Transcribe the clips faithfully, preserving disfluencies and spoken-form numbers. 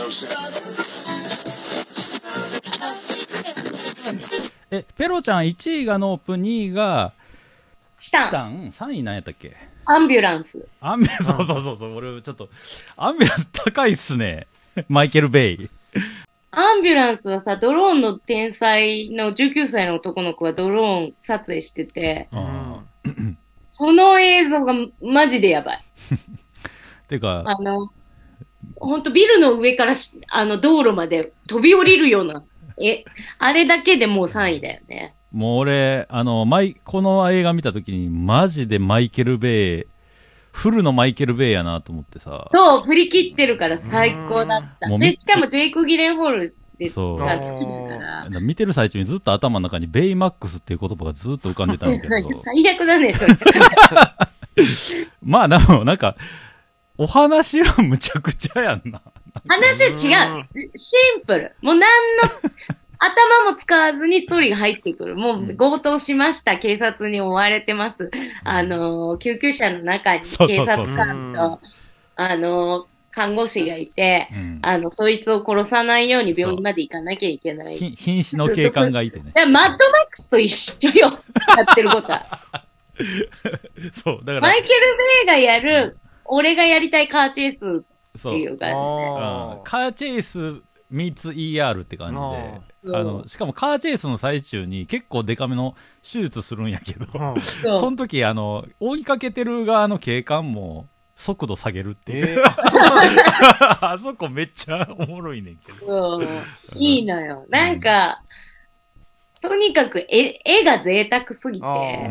え、ペロちゃんいちいがノープ、にいがチタン。 チタン、さんい何やったっけ？ アンビュランス。 アンビュランス、そうそうそうそう、俺ちょっと、アンビュランス高いっすね。マイケル・ベイ。 アンビュランスはさ、ドローンの天才のじゅうきゅうさいの男の子がドローン撮影してて、 うん、 その映像がマジでやばい。 てか、 あの、ほんとビルの上からしあの道路まで飛び降りるような、え、あれだけでもうさんいだよね。 もう俺、あの、マイ、この映画見たときに、マジでマイケル・ベイ、フルのマイケル・ベイやなと思ってさ。 そう、振り切ってるから最高だった。で、しかもジェイク・ギレンホールでそうが好きだから。 見てる最中にずっと頭の中にベイマックスっていう言葉がずっと浮かんでたんだけど。 最悪だね、それ。 まあでも、なんか、お話はむちゃくちゃやんな。 話は違う。シンプル。もう何の、頭も使わずにストーリーが入ってくる。もう強盗しました。警察に追われてます。あのー、救急車の中に警察官と、あのー、看護師がいて、うん、あの、そいつを殺さないように病院まで行かなきゃいけない。 瀕死の警官がいてね。 マッドマックスと一緒よ。やってることは。 そう、だから。 マイケル・ベイがやる、俺がやりたいカーチェイスっていう感じで。 うん、カーチェイス、ミーツ イーアール って感じで、あの、しかもカーチェイスの最中に結構デカめの手術するんやけど、その時、あの、追いかけてる側の警官も速度下げるっていう。えー、あそこめっちゃおもろいねんけど。 そう。いいのよ。なんか、うん、とにかく絵、絵が贅沢すぎて、 うん、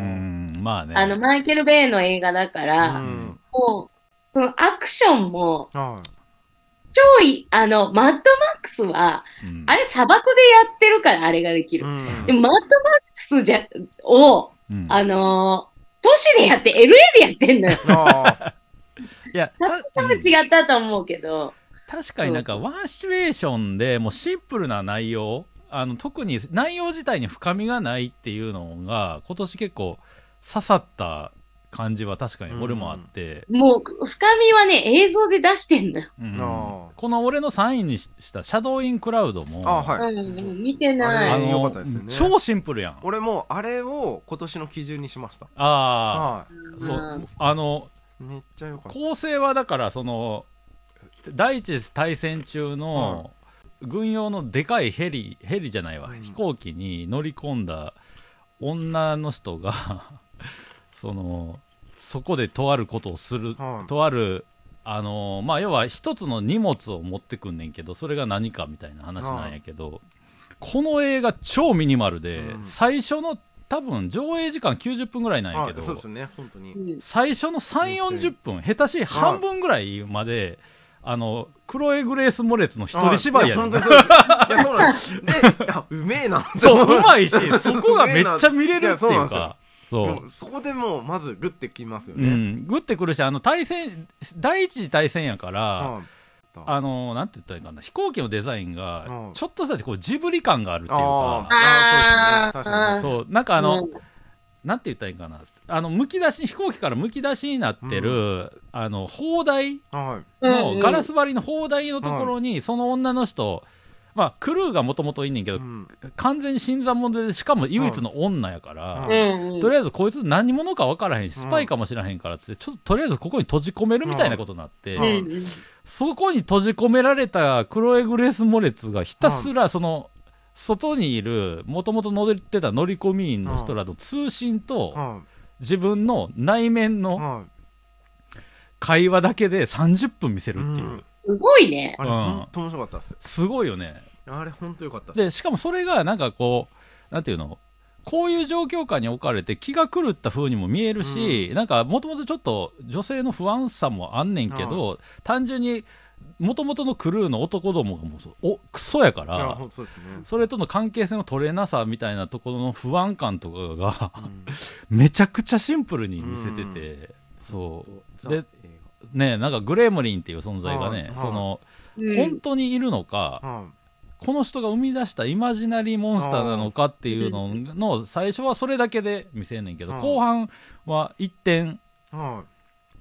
まあね。 あの、マイケル・ベイの映画だから、うん、もう、そのアクションも、超い、あの、マッドマックスは、うん、あれ砂漠でやってるからあれができる。うん、でもマッドマックスじゃ、を、うん、あのー、都市でやって、エルエー でやってんのよ。いや、多分違ったと思うけど。 確かになんかワンシチュエーションでもうシンプルな内容、あの、特に内容自体に深みがないっていうのが、今年結構刺さった感じは確かに俺もあって、 うん、もう深みはね映像で出してんだよ、 うん、この俺のさんいにしたシャドウインクラウドもあ、はいうん、見てないあれ良かったですよね。 超シンプルやん。 俺もあれを今年の基準にしました。 ああ、はい、そう、うん、あのめっちゃ良かった。 構成はだからその第一次大戦中の軍用のでかいヘリヘリじゃないわ、うん、飛行機に乗り込んだ女の人がそのそこでとあることをする、はい、とあるあのー、まあ要は一つの荷物を持ってくんねんけど、それが何かみたいな話なんやけど、はい、この映画超ミニマルで、うん、最初の多分上映時間きゅうじゅっぷんぐらいなんやけど、 そうですね、本当に最初のさんじゅう、よんじゅっぷん、下手しい半分ぐらいまで、あのクロエ・グレース・モレツの一人芝居やねん。いや、そうなんです。で、うめえな。 そう、うまいし、そこがめっちゃ見れるっていうか。 そう。そこでもうまずグッてきますよね。うん、 グッてくるし、あの対戦第一次大戦やから、はあ、あのなんて言ったらいいかな、飛行機のデザインがちょっとしたこうジブリ感があるっていうか、 ああ、そうですね。確かにそう、なんかあの、うん、なんて言ったらいいかな、あのむき出し飛行機からむき出しになってる、うん、あの砲台の、はい、ガラス張りの砲台のところに、はい、その女の人、まあ、クルーがもともといんねんけど、うん、完全に新参者で、しかも唯一の女やから、うん、とりあえずこいつ何者か分からへんし、スパイかもしれへんからっつって、ちょっととりあえずここに閉じ込めるみたいなことになって、うん、そこに閉じ込められたクロエ・グレース・モレツがひたすらその、外にいる、もともと乗ってた乗組員の人らと通信と、自分の内面の会話だけでさんじゅっぷん見せるっていう。 すごいね。 あれ、ほんと面白かったっす。 すごいよね。 あれ、ほんとよかったっす。 で、しかもそれが、なんかこう、なんていうの、こういう状況下に置かれて気が狂った風にも見えるし、うん、なんか、もともとちょっと女性の不安さもあんねんけど、うん、単純に、もともとのクルーの男どもがもうおクソやから、 そうですね、 それとの関係性の取れなさみたいなところの不安感とかが、うん、めちゃくちゃシンプルに見せてて、うん、そうでね、なんかグレームリンっていう存在がね、その、うん、本当にいるのか、うん、この人が生み出したイマジナリーモンスターなのかっていうのの最初はそれだけで見せんねんけど、後半は一点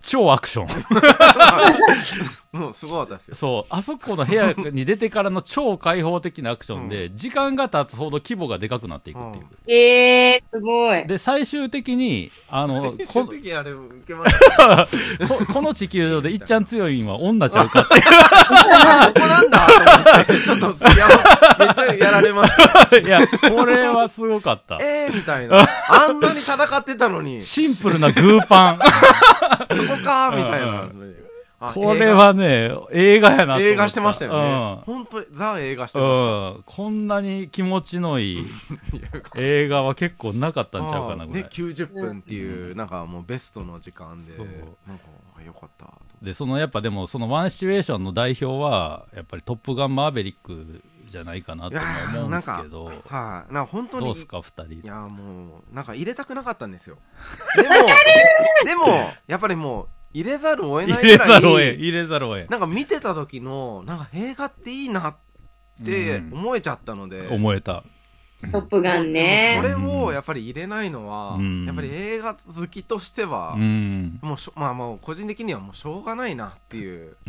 超アクション。 もうすごかったですよ。 そう、あそこの部屋に出てからの超開放的なアクションで、うん、時間が経つほど規模がでかくなっていくっていう。うん、 えー、すごい。 で、最終的に、あの、 最終的にあれ受けましたこ。この地球上でいっちゃん強いんは女ちゃうかって。 ここなんだと思って、ちょっとや、めっちゃやられました。 いや、これはすごかった。 えーみたいな。あんなに戦ってたのに。 シンプルなグーパン。 そこかーみたいな。 これはね、映画やなと思った。 映画してましたよね。うん、本当にザ映画してました、うん。 こんなに気持ちのいい映画は結構なかったんちゃうかなぐらい。 で、きゅうじゅっぷんっていう、なんかもうベストの時間で、なんかよかった。 で、そのやっぱでも、そのワンシチュエーションの代表は、やっぱりトップガンマーヴェリックじゃないかなと思うんですけど、はい、 あ、なんか本当にどうですか、ふたり。いや、もう、なんか入れたくなかったんですよ。でも、でも、やっぱりもう、入れざるを得ないぐらい、 入れざるを得入れざるを得なんか見てた時のなんか映画っていいなって思えちゃったので、 うん、思えたトップガンね。 それをやっぱり入れないのは、うん、やっぱり映画好きとしては、うん、もうしょまあもう個人的にはもうしょうがないなっていう、 うん、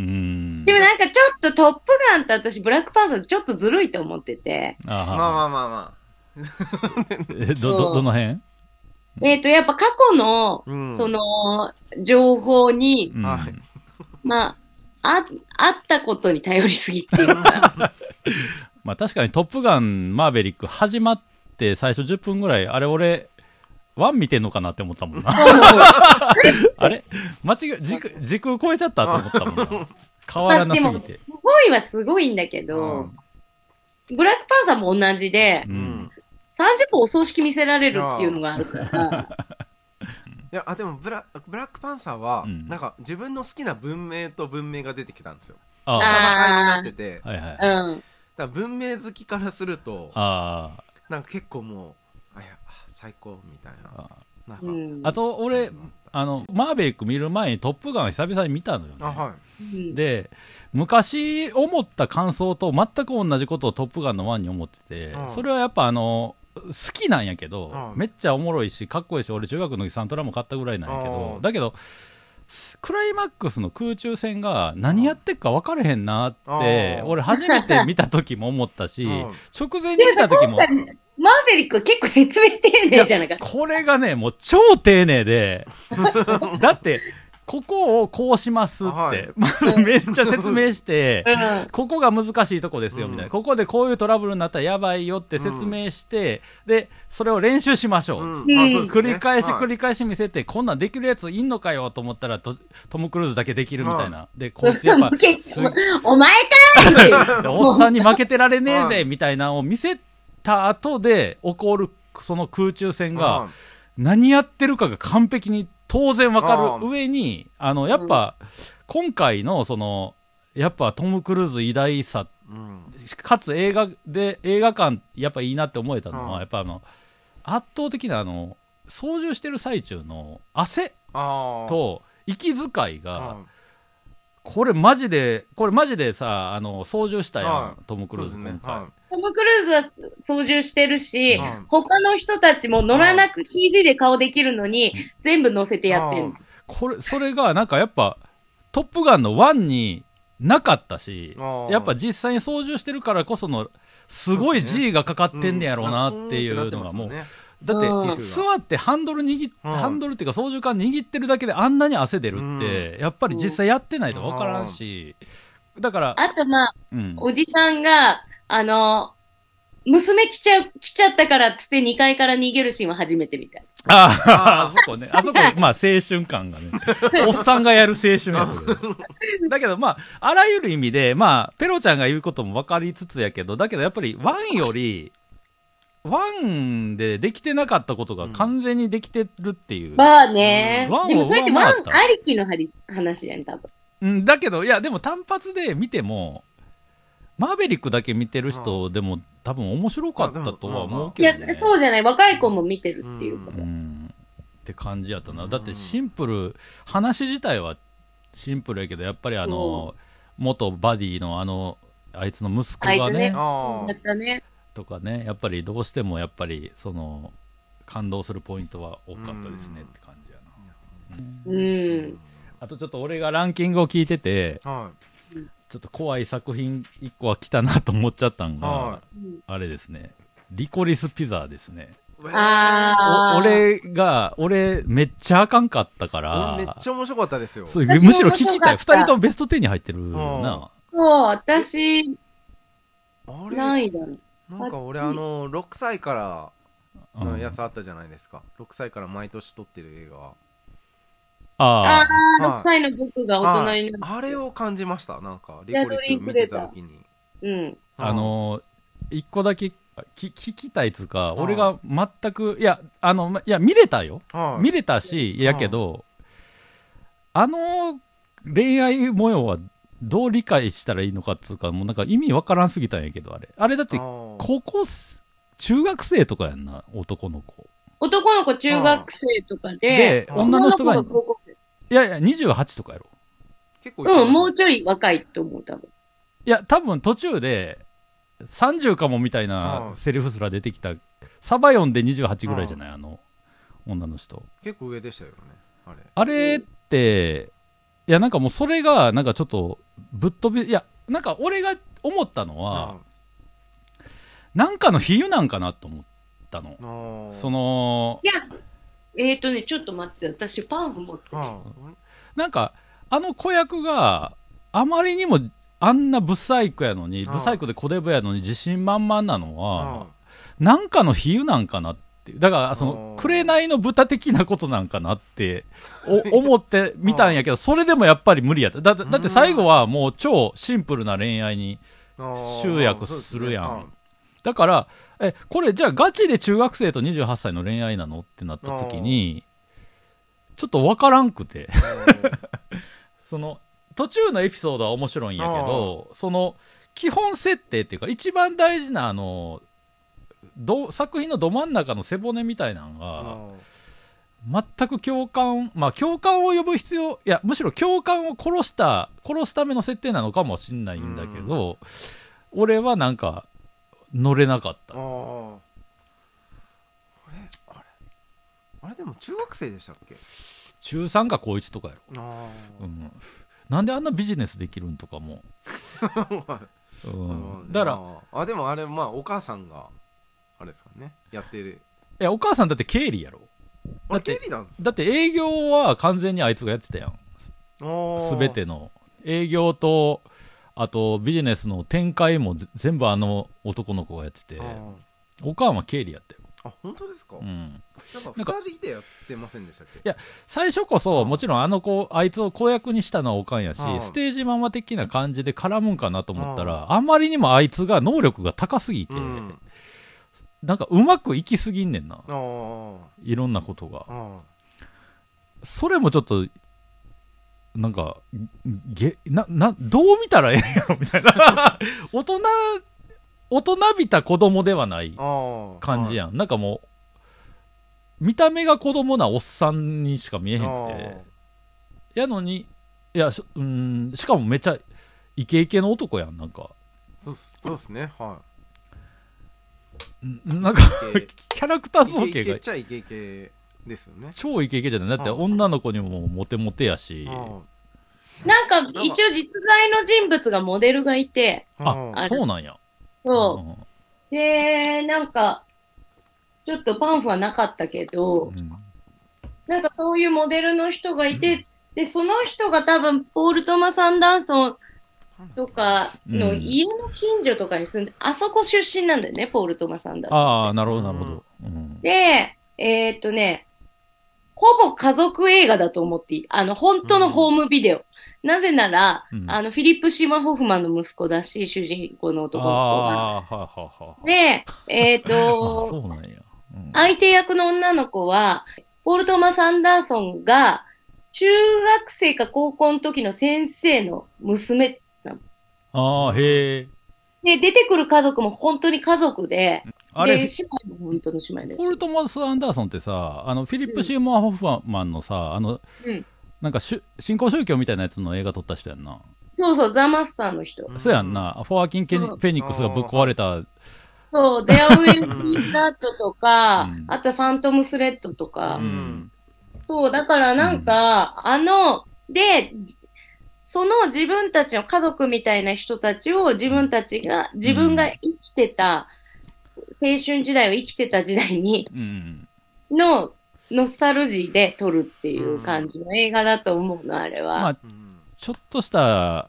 でもなんかちょっとトップガンって私ブラックパンサーちょっとずるいと思ってて、 あまあまあまあまあえどどどの辺？ えっと、やっぱ過去の、うん、その、情報に、うん、まあ、あ、あったことに頼りすぎっていうか。 まあ確かにトップガンマーヴェリック始まって最初じゅっぷんぐらい、あれ俺、ワン見てんのかなって思ったもんな。あれ間違え、時空、時空超えちゃったと思ったもんな。変わらなすぎて。 すごいはすごいんだけど、うん、ブラックパンサーも同じで、うんさんじゅっぷんお葬式見せられるっていうのがあるから。 いや、あ、でもブラ、ブラックパンサーは、うん、なんか自分の好きな文明と文明が出てきたんですよ。あ戦いになってて。はいはい。うん。だから文明好きからすると、あなんか結構もう、あ、いや、最高みたいな。あなんか、うん、あと、俺、あの、マーヴェリック見る前にトップガン久々に見たのよね。あ、はい。で、昔思った感想と全く同じことをトップガンのワンに思ってて、うん、それはやっぱあの、好きなんやけど、うん、めっちゃおもろいしかっこいいし、俺中学の時サントラも買ったぐらいなんやけど、だけどクライマックスの空中戦が何やってっか分かれへんなって俺初めて見た時も思ったし直前に見た時もマーヴェリックは結構説明丁寧じゃなかった。 これがねもう超丁寧でだってここをこうしますって、はい、まずめっちゃ説明して、うん、ここが難しいとこですよみたいな、うん、ここでこういうトラブルになったらやばいよって説明して、うん、でそれを練習しましょう、うん、繰り返し繰り返し見せて、はい、こんなんできるやついんのかよと思ったらトム・クルーズだけできるみたいな、うん、でこいつやっぱお前かーおっさんに負けてられねえぜみたいなのを見せた後で起こるその空中戦が何やってるかが完璧に当然わかる上に、あの、やっぱ、うん、今回の、その、やっぱトム・クルーズ偉大さ、うん、かつ映画で、映画館、やっぱいいなって思えたのは、うん、やっぱあの、圧倒的な、あの、操縦してる最中の汗と息遣いが、これマジで、これマジでさ、あの、操縦したやん、トム・クルーズ今回。 トム・クルーズは操縦してるし、うん、他の人たちも乗らなく シージー で顔できるのに、全部乗せてやってんの。 これ、それがなんかやっぱ、トップガンのワンになかったし、やっぱ実際に操縦してるからこその、すごい G がかかってんねやろうなっていうのがもう、だって、座ってハンドル握って、ハンドルっていうか操縦桿握ってるだけであんなに汗出るって、やっぱり実際やってないと分からんし、だから。 あとまあ、うん、おじさんが、あの、娘来ちゃ、来ちゃったからっつってにかいから逃げるシーンは初めて見た。 ああ、あそこね。あそこ、まあ青春感がね。おっさんがやる青春やる。だけどまあ、あらゆる意味で、まあ、ペロちゃんが言うことも分かりつつやけど、だけどやっぱりワンより、ワンでできてなかったことが完全にできてるっていう。 まあね。でもそれってワンありきの話やん、多分。 うん、だけど、いや、でも単発で見ても、マーヴェリックだけ見てる人でも多分面白かったとは思うけどね。 いや、そうじゃない。若い子も見てるっていうこと。 うん。って感じやったな。だってシンプル、話自体はシンプルやけど、やっぱりあの、元バディのあの、あいつの息子がね、 死んじゃったね。 とかね、やっぱりどうしてもやっぱりその感動するポイントは多かったですねって感じやな。 うん。 あとちょっと俺がランキングを聞いてて、はい、ちょっと怖い作品いっこは来たなと思っちゃったんが、はい、あれですね、リコリスピザですね。あ俺が、俺めっちゃあかんかったから。 めっちゃ面白かったですよ。 そうむしろ聞きたい。二人ともベストじゅうに入ってるな。 そう、私、あれないだろう。 なんか俺あの、ろくさいからのやつあったじゃないですか。ろくさいから毎年撮ってる映画。 ああ、ろくさいの僕が大人になって。 あれを感じました。なんか、リコリス見てた時に。 うん。 あの、一個だけ、き聞きたいつうか、俺が全く、いや、あの、いや、見れたよ。見れたし、やけど、あの恋愛模様はどう理解したらいいのかっつうか、もうなんか意味わからんすぎたんやけど、あれ。あれだって、高校、中学生とかやんな、男の子。 男の子中学生とかで、 で、女の人が、いやいや、にじゅうはちとかやろ。 結構うん、もうちょい若いと思う、多分。 いや、多分途中で、さんじゅうかもみたいなセリフすら出てきた。サバ読んでにじゅうはちぐらいじゃない、あの、女の人。 結構上でしたよね、あれ。 あれって、いや、なんかもうそれが、なんかちょっと、ぶっ飛び、いや、なんか俺が思ったのは、なんかの比喩なんかなと思ったの。その、 いや、えっとね、ちょっと待って、私パンフ持ってて。 なんか、あの子役があまりにもあんなブサイクやのに、ブサイクで小デブやのに自信満々なのは、なんかの比喩なんかなっていう。だから、その、紅の豚的なことなんかなってお思ってみたんやけど、それでもやっぱり無理やった。だだって最後はもう超シンプルな恋愛に集約するやん。だから、え、これじゃあガチで中学生とにじゅうはっさいの恋愛なのってなった時に、ちょっとわからんくて。その、途中のエピソードは面白いんやけど、その、基本設定っていうか、一番大事なあの、ど作品のど真ん中の背骨みたいなのが、全く共感、まあ共感を呼ぶ必要、いや、むしろ共感を殺した、殺すための設定なのかもしんないんだけど、俺はなんか、乗れなかった。ああ。 あれあれあれでも中学生でしたっけ？ 中さんか高いちとかやろ。ああ。うん。なんであんなビジネスできるんとかも。うん。だから。 あ、でもあれ、まあ、お母さんが、あれですかね、やってる。 いや、お母さんだって経理やろ。 だって、経理なんですか？ だって営業は完全にあいつがやってたやん。すべての。営業と、あとビジネスの展開も全部あの男の子がやってて、おかんは経理やったよ。 あ、本当ですか？ うん。 なんかふたりでやってませんでしたっけ？ いや、最初こそもちろんあの子、あいつを子役にしたのはおかんやし、ステージママ的な感じで絡むんかなと思ったら、あんまりにもあいつが能力が高すぎて、うん、なんかうまくいきすぎんねんな。いろんなことが。それもちょっと、なんか、げ、な、な、どう見たらええんやろみたいな。大人、大人びた子供ではない感じやん。なんかもう、見た目が子供なおっさんにしか見えへんくて。やのに、いや、うん、しかもめっちゃイケイケの男やん、なんか。 そうそうっすね、はい。 なんか、キャラクター造形が。イケイケっちゃイケイケですよね。 超イケイケじゃない。だって女の子にもモテモテやし。 なんか、一応実在の人物がモデルがいて。 あ、あそうなんや。 そう。で、なんか、ちょっとパンフはなかったけど、うん、なんかそういうモデルの人がいて、うん、で、その人が多分、ポール・トマス・アンダーソンとかの家の近所とかに住んで、うん、あそこ出身なんだよね、ポール・トマス・アンダーソン。 ああ、なるほど、なるほど。 うん、で、えー、っとね、ほぼ家族映画だと思っていい。あの、本当のホームビデオ。うん、なぜなら、うん、あの、フィリップ・シーマー・ホフマンの息子だし、主人公の男の子が。 あはははで、えっ、ー、とそうなんや、 うん、相手役の女の子は、ポール・トマス・アンダーソンが、中学生か高校の時の先生の娘なの。 ああ、へえ。 で、出てくる家族も本当に家族で、あれ、で、姉妹も本当の姉妹です。 ポール・トマス・アンダーソンってさ、あの、フィリップ・シーマー・ホフマンのさ、あの、うん、なんかし、新興宗教みたいなやつの映画撮った人やんな。 そうそう、ザ・マスターの人。 そうやんな。フォアキン・フェニックスがぶっ壊れた。 そう、ゼア・ウィル・ビー・フラットとか、うん、あとファントム・スレッドとか。うん、そう、だからなんか、うん、あの、 で、その自分たちの家族みたいな人たちを自分たちが、自分が生きてた、青春時代を生きてた時代に、のノスタルジーで撮るっていう感じの映画だと思うの、あれは。まあ、 ちょっとした、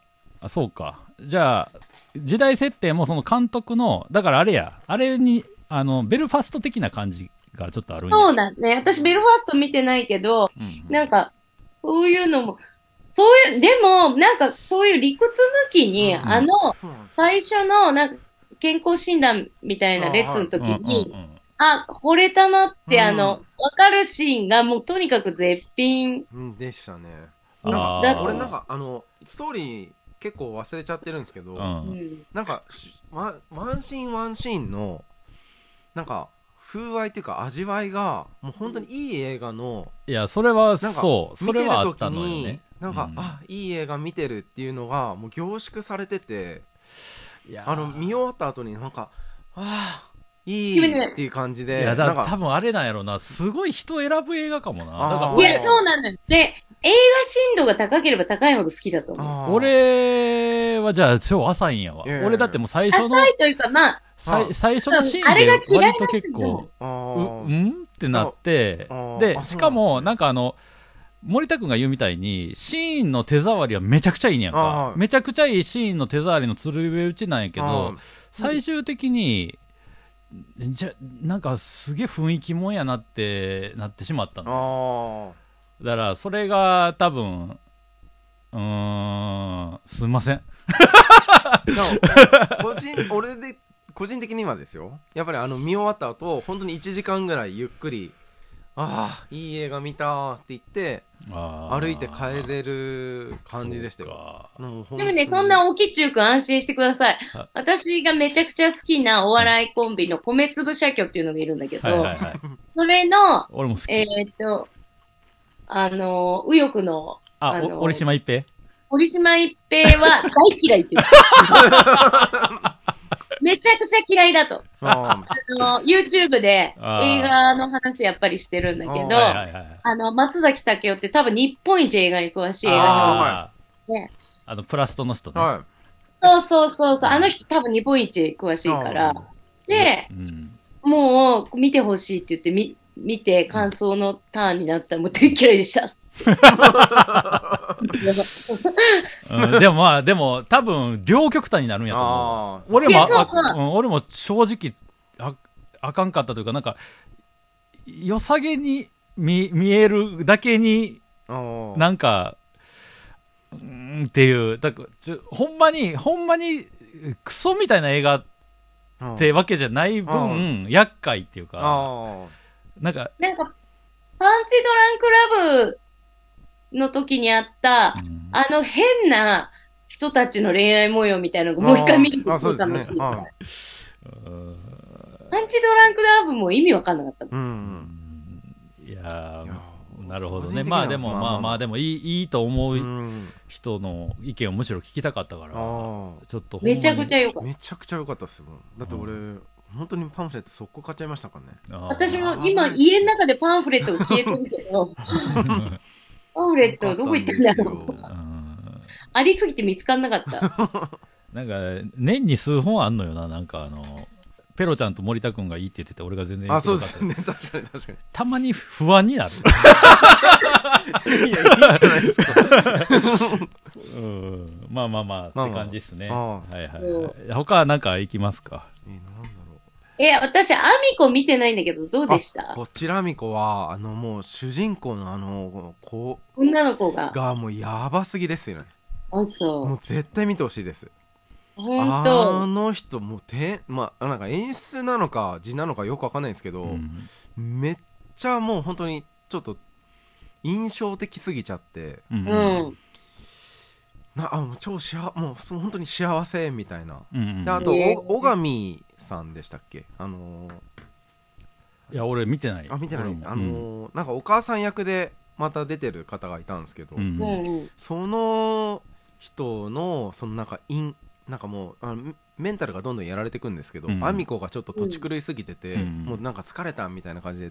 あ、そうか。じゃあ、時代設定もその監督の、だからあれや、あれに、あの、ベルファスト的な感じがちょっとあるんや。 そうだね。私ベルファスト見てないけど、うん、なんか、そういうのも、そういう、でも、なんか、そういう理屈抜きに、うん、あの、最初の、なんか、健康診断みたいなレッスンの時に、あ、惚れたなって、うん、あの、わかるシーンが、もうとにかく絶品。 でしたね。なんか、俺なんか、あの、ストーリー結構忘れちゃってるんですけど、うん、なんか、ワンシーンワンシーンの、なんか、風合いっていうか味わいがもう本当にいい映画の、 いやそれはそうそれはあったのよね。 なんか、うん、あいい映画見てるっていうのがもう凝縮されてて、いやあの見終わった後になんかあいいっていう感じで、 いやだから多分あれなんやろな、すごい人選ぶ映画かもな。だからいやそうなのよ。で映画深度が高ければ高いほど好きだと思う。俺はじゃあ超浅いんやわ。俺だってもう最初の浅いというかまあ最, 最初のシーンで割と結構う、うんってなって、でしかもなんかあの森田君が言うみたいにシーンの手触りはめちゃくちゃいいんやんか。めちゃくちゃいいシーンの手触りの鶴瓶打ちなんやけど、最終的にじゃなんかすげえ雰囲気もんやなってなってしまったの。だからそれが多分うーんすいません個人俺で個人的にはですよ、やっぱりあの見終わった後本当にいちじかんぐらいゆっくりああいい映画見たって言って歩いて帰れる感じでしたよ。 でもねそんな大きちゅうくん安心してください。私がめちゃくちゃ好きなお笑いコンビの米粒社協っていうのがいるんだけど、はいはいはい、それの俺も好き。 えー、っとあの右翼のああの折島一平折島一平は大嫌いって言うめちゃくちゃ嫌いだと。あの、YouTube で映画の話やっぱりしてるんだけど、あ, あの、松崎武夫って多分日本一映画に詳しい映画の人、ね、あの、プラストの人ね。はい、 そうそうそうそう、あの人多分日本一詳しいから、で、うん、もう見てほしいって言ってみ、見て感想のターンになったらもう大嫌いでした。 うん、でもまあでも多分両極端になるんやと思う。俺もあ、うん、俺も正直 あ, あかんかったというかなんか良さげに 見, 見えるだけになんかうんっていうだからちょほんまにほんまにクソみたいな映画ってわけじゃない分厄介っていうかなんかなんかパンチドランクラブの時にあった、うん、あの変な人たちの恋愛模様みたいなのがもう一回見に行くために。パンチドランクラブも意味わかんなかったもん。うんうん、いやー、なるほどね。まあでもまあまあでもいい、いいと思う人の意見をむしろ聞きたかったから、ちょっとめちゃくちゃ良かった。 めちゃくちゃ良かったっすよ。だって俺、うん本当にパンフレット速攻買っちゃいましたからね。 私も今家の中でパンフレットが消えてるけどパンフレットどこ行ったんだろうありすぎて見つかんなかったなんか年に数本あんのよな。なんかあのペロちゃんと森田くんがいいって言ってて俺が全然あそうですね確かに確かにたまに不安になるいやいいじゃないですかうんまあまあまあ、まあ、って感じですね。はいはいはい。他は何か行きますか。 えなんだろうえ、私、アミコ見てないんだけど、どうでした？ こちらアミコは、あの、もう、主人公のあの、子、 女の子が。 が、もう、やばすぎですよね。 あ、そう。 もう、絶対見てほしいです。 ほんと。 あの人、もう、て、まあ、なんか演出なのか、字なのかよくわかんないんですけど、うん、めっちゃもう、本当に、ちょっと、印象的すぎちゃって、 うん。 なあもう超幸もう本当に幸せみたいな、うんうん、であと小上さんでしたっけあのー、いや俺見てないあ見てないあのーうん、なんかお母さん役でまた出てる方がいたんですけど、うんうん、その人のそのなんかインなんかもうあのメンタルがどんどんやられていくんですけど、うん、アミコがちょっと土地狂いすぎてて、うん、もうなんか疲れたみたいな感じで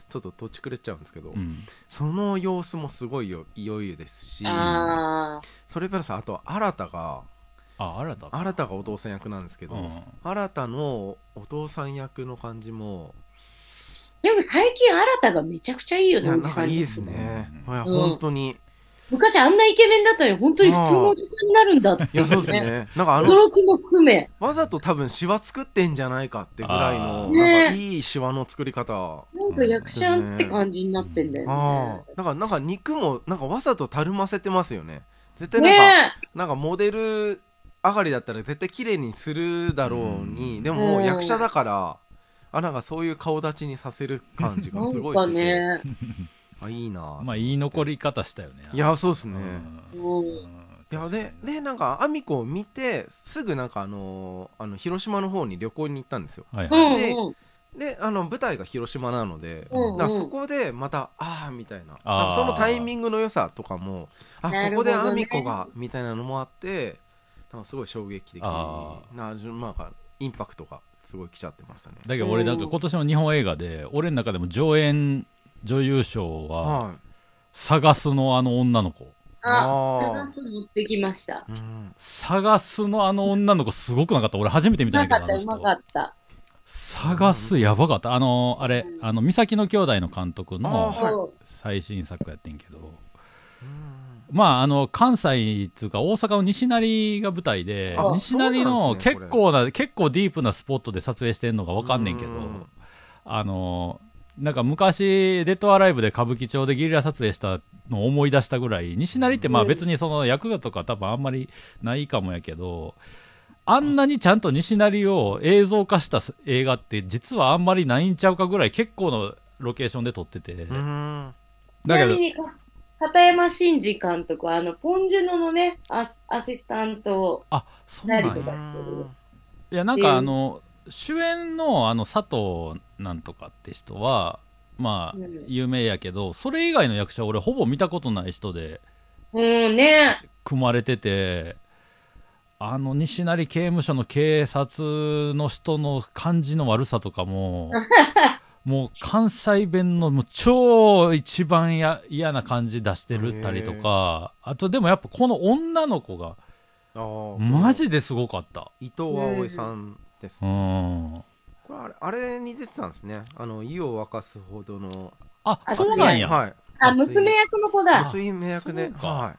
ちょっと土地くれちゃうんですけど、 うん、 その様子もすごいよいよいですし、それプラスあと新があ新た新たがお父さん役なんですけど、うん、新たのお父さん役の感じもでも最近新たがめちゃくちゃいいよね。 いやなんかいいですね、うん、いや本当に昔あんなイケメンだったのに本当に普通のおじさんになるんだっていう、ね、 いやそうですね。なんかあの驚きも含めわざと多分シワ作ってんじゃないかってぐらいの、ね、なんかいいシワの作り方、 なんか役者って感じになってんだよね。 あなんかなんか肉もなんかわざとたるませてますよね。絶対なんか、ね、なんかモデル上がりだったら絶対綺麗にするだろうに、うん、でももう役者だから、あなんかそういう顔立ちにさせる感じがすごいしてて、ね、あいいな。 まあいい残り方したよね。 いやそうですね。うん、いやででなんかアミコを見てすぐなんかあのー、あの広島の方に旅行に行ったんですよ。はいはい、で、であの舞台が広島なので、うんうん、だからそこでまたああみたいな、なんかそのタイミングの良さとかもあ、ね、ここでアミコがみたいなのもあって、なんかすごい衝撃的なな、まあ、インパクトがすごい来ちゃってましたね。 だけど俺なんか今年の日本映画で俺の中でも上演女優賞は、はい、探すのあの女の子。 ああ探す持ってきました、うん、 探すのあの女の子すごくなかった。俺初めて見たんだけど、 うまかったうまかった。 探すやばかった。あのあれ、うん、あの三崎の兄弟の監督の最新作やってんけど、うん、まああの関西っていうか大阪の西成が舞台で、西成の結構な、ね、結構ディープなスポットで撮影してんのがわかんねんけど、あのなんか昔デッドアライブで歌舞伎町でゲリラ撮影したのを思い出したぐらい、西成ってまあ別にそのヤクザとか多分あんまりないかもやけど、あんなにちゃんと西成を映像化した映画って実はあんまりないんちゃうかぐらい結構のロケーションで撮ってて、だけどちなみに片山真司監督はあのポンジュノのね ア, アシスタントをしたりとかしてる。 いやなんかあの主演のあの佐藤なんとかって人はまあ有名やけど、それ以外の役者俺ほぼ見たことない人で組まれてて、あの西成刑務所の警察の人の感じの悪さとかももう関西弁のもう超一番や嫌な感じ出してるったりとか、あとでもやっぱこの女の子がマジですごかった。 伊藤葵さんですね。これあれ、あれに出てたんですね。あの湯を沸かすほどの。 あ、そうなんや。 はい。 あ、娘役の子だ。 娘役で。はい。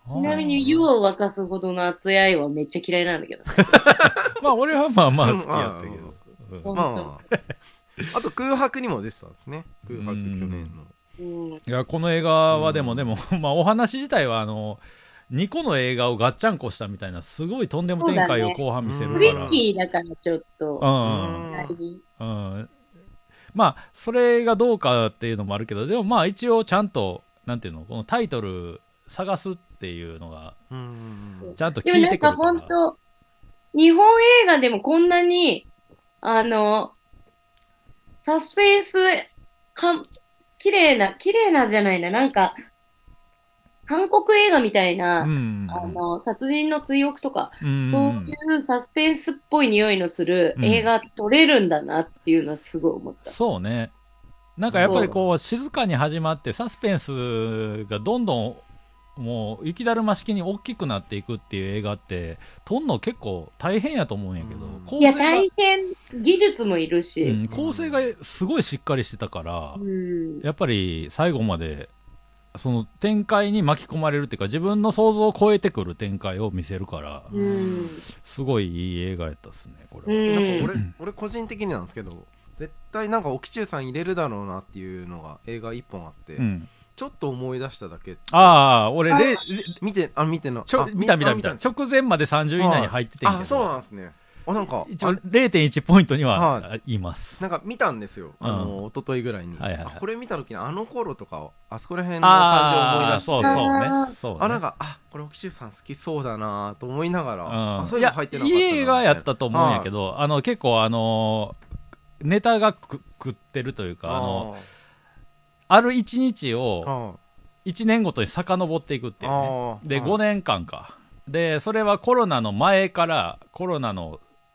ちなみに湯を沸かすほどの熱い愛はめっちゃ嫌いなんだけど。 まあ俺はまあまあ好きやったけど。 まあ。あと空白にも出てたんですね。空白去年の。いやこの映画はでもでもまあお話自体はあの。にこの映画をガッチャンコしたみたいなすごいとんでも展開を後半見せるから、ね、 フリッキーだからちょっと、うんうん、まあそれがどうかっていうのもあるけど、でもまあ一応ちゃんとなんていうのこのタイトル探すっていうのがちゃんと聞いてくるから。でもなんか本当日本映画でもこんなにあのサスペンスか綺麗な綺麗なんじゃないな、なんか韓国映画みたいな、うんうん、あの、殺人の追憶とか、うんうん、そういうサスペンスっぽい匂いのする映画撮れるんだなっていうのはすごい思った。 うん、そうね。なんかやっぱりこう、静かに始まってサスペンスがどんどんもう雪だるま式に大きくなっていくっていう映画って、撮んの結構大変やと思うんやけど。 うん、いや、大変。技術もいるし、 うん。構成がすごいしっかりしてたから、うん、やっぱり最後まで、その展開に巻き込まれるっていうか自分の想像を超えてくる展開を見せるから、うん、すごいいい映画やったっすねこれは。 うん、なんか 俺, 俺個人的になんですけど絶対なんか沖中さん入れるだろうなっていうのが映画一本あって、うん、ちょっと思い出しただけ。 ああ俺レ見てあ見てのちょ見た見た見た直前までさんじゅう以内に入っててんけど。 あそうなんですね。あなんか一応 れいてんいち ポイントにはいます、 はい、なんか見たんですよ、あの、うん、一昨日ぐらいに、はいはいはい、あこれ見た時にあの頃とかあそこら辺の感じを思い出して、そうそうねそうね、あなんかあこれ沖中さん好きそうだなと思いながら、うん、あそういうの入ってなかったな。いい映画やったと思うんやけど、はい、あの結構あのネタがく食ってるというか、あのある一日をいちねんごとに遡っていくっていうね。でごねんかんかでそれはコロナの前からコロナの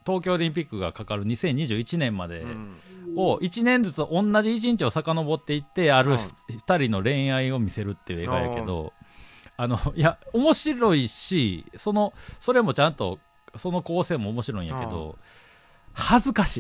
東京オリンピックがかかるにせんにじゅういちねんまでをいちねんずつ同じいちにちを遡っていってあるふたりの恋愛を見せるっていう映画やけど、あのいや面白いし、そのそれもちゃんとその構成も面白いんやけど恥ずかしい。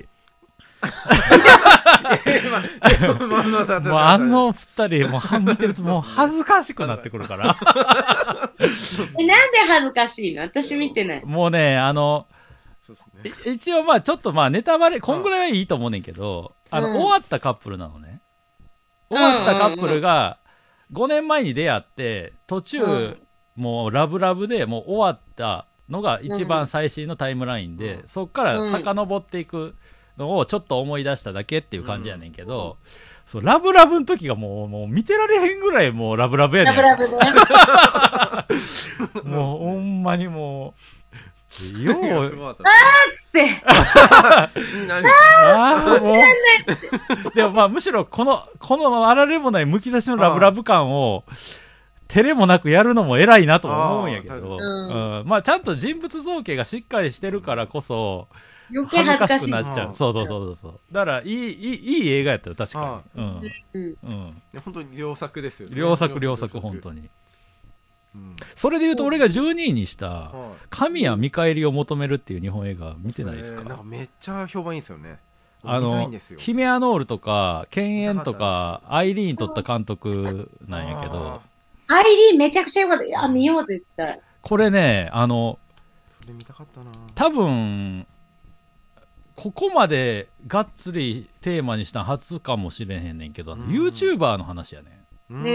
もうあの二人もう見てるともう恥ずかしくなってくるから。 なんで恥ずかしいの？私見てない。 もうね、あの一応まあちょっとまあネタバレこんぐらいはいいと思うねんけど、あの、うん、終わったカップルなのね。終わったカップルがごねんまえに出会って途中、うん、もうラブラブでもう終わったのが一番最新のタイムラインで、うん、そっから遡っていくのをちょっと思い出しただけっていう感じやねんけど、うん、そうラブラブの時がもうもう見てられへんぐらいもうラブラブやねん。ラブラブね。もうほんまにもうようあーっつってああもうでもまあむしろこのこのあられもないむき出しのラブラブ感を照れもなくやるのも偉いなと思うんやけど、うんうん、まあちゃんと人物造形がしっかりしてるからこそ余計恥ずかしくなっちゃう。そうそうそうそう。だからいいいいいい映画やったよ確かに。うんうんうん。本当に良作ですよね。 良作良作本当に。うん、それでいうと俺がじゅうにいにした神谷見返りを求めるっていう日本映画見てないですか？ なんかめっちゃ評判いいですよね。 あのヒメアノールとかケンエンとかアイリーン撮った監督なんやけど、 アイリーンめちゃくちゃ良かった。あ、見よう絶対。 これね、あのそれ見たかったな。 多分ここまでがっつりテーマにしたの初かもしれへんねんけど、YouTuber の話やねん。うん。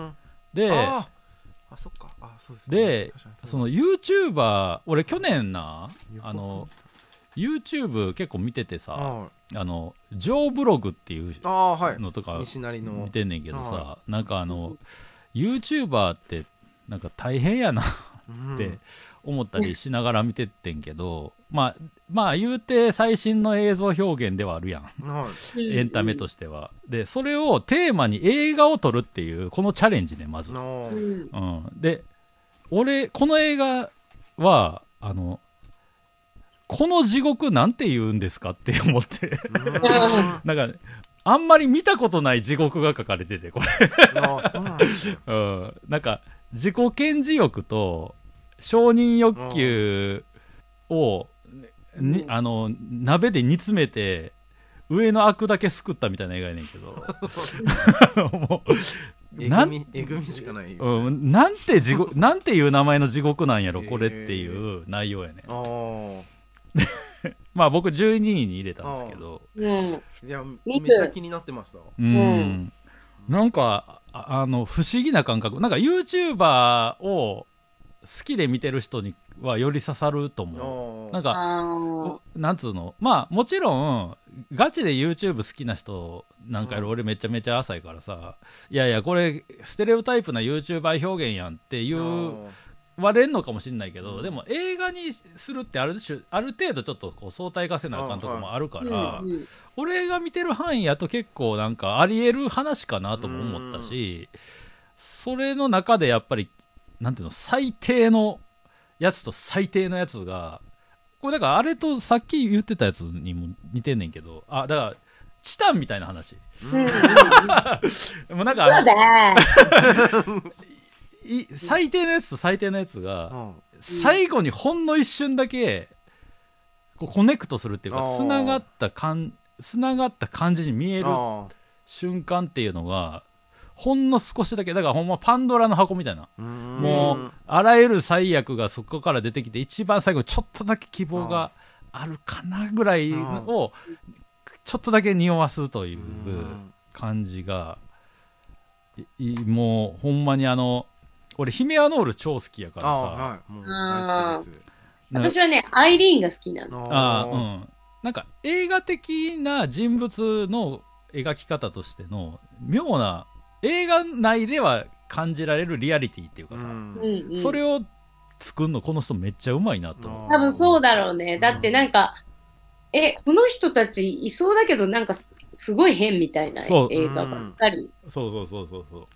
で、ああ、そっか。あ、そうですね。で、その YouTuber、俺去年な、あの、YouTube 結構見ててさ、あの、ジョーブログっていうのとか見てんねんけどさ、なんかあの、YouTuber ってなんか大変やなって思ったりしながら見てってんけど、まあ、まあ言うて最新の映像表現ではあるやん。エンタメとしては。で、それをテーマに映画を撮るっていう、このチャレンジね、まず。うん。で、俺、この映画は、あの、この地獄なんて言うんですかって思って。なんか、あんまり見たことない地獄が書かれてて、これ。うん。なんか、自己顕示欲と承認欲求を、にあの鍋で煮詰めて上のアクだけすくったみたいな映画やねんけどもうえぐみえぐみしかないよ、ね、 うん、なんて地獄なんていう名前の地獄なんやろこれっていう内容やねん。あまあ僕じゅうにいに入れたんですけど、 うん、いやめっちゃ気になってました。 うん、うん、なんかあの不思議な感覚、なんか YouTuber を好きで見てる人にはより刺さると思う。なんかなんつうの、まあもちろんガチで YouTube 好きな人なんかより俺めちゃめちゃ浅いからさ、いやいやこれステレオタイプな YouTuber 表現やんっていう割れんのかもしれないけど、でも映画にするってある種ある程度ちょっとこう相対化せなあかんとこもあるから、俺が見てる範囲やと結構なんかあり得る話かなとも思ったし、それの中でやっぱりなんていうの最低のやつと最低のやつがこれだからあれとさっき言ってたやつにも似てんねんけど、あだからチタンみたいな話、うん、もうなんか最低のやつと最低のやつが、うん、最後にほんの一瞬だけこうコネクトするっていうかつながった感つながった感じに見える瞬間っていうのがほんの少しだけ、だからほんまパンドラの箱みたいな、もうあらゆる最悪がそこから出てきて一番最後ちょっとだけ希望があるかなぐらいをちょっとだけ匂わすという感じが、もうほんまにあの俺ヒメアノール超好きやからさ、あ、はい、もう大好きです。私はねアイリーンが好きなの。 あ、うん、なんか映画的な人物の描き方としての妙な映画内では感じられるリアリティっていうかさ、うん、それを作るのこの人めっちゃうまいなと思う。 多分そうだろうね。だってなんか、うん、えこの人たちいそうだけどなんかすごい変みたいな映画ばっかり、 うん、そうそうそうそうそう。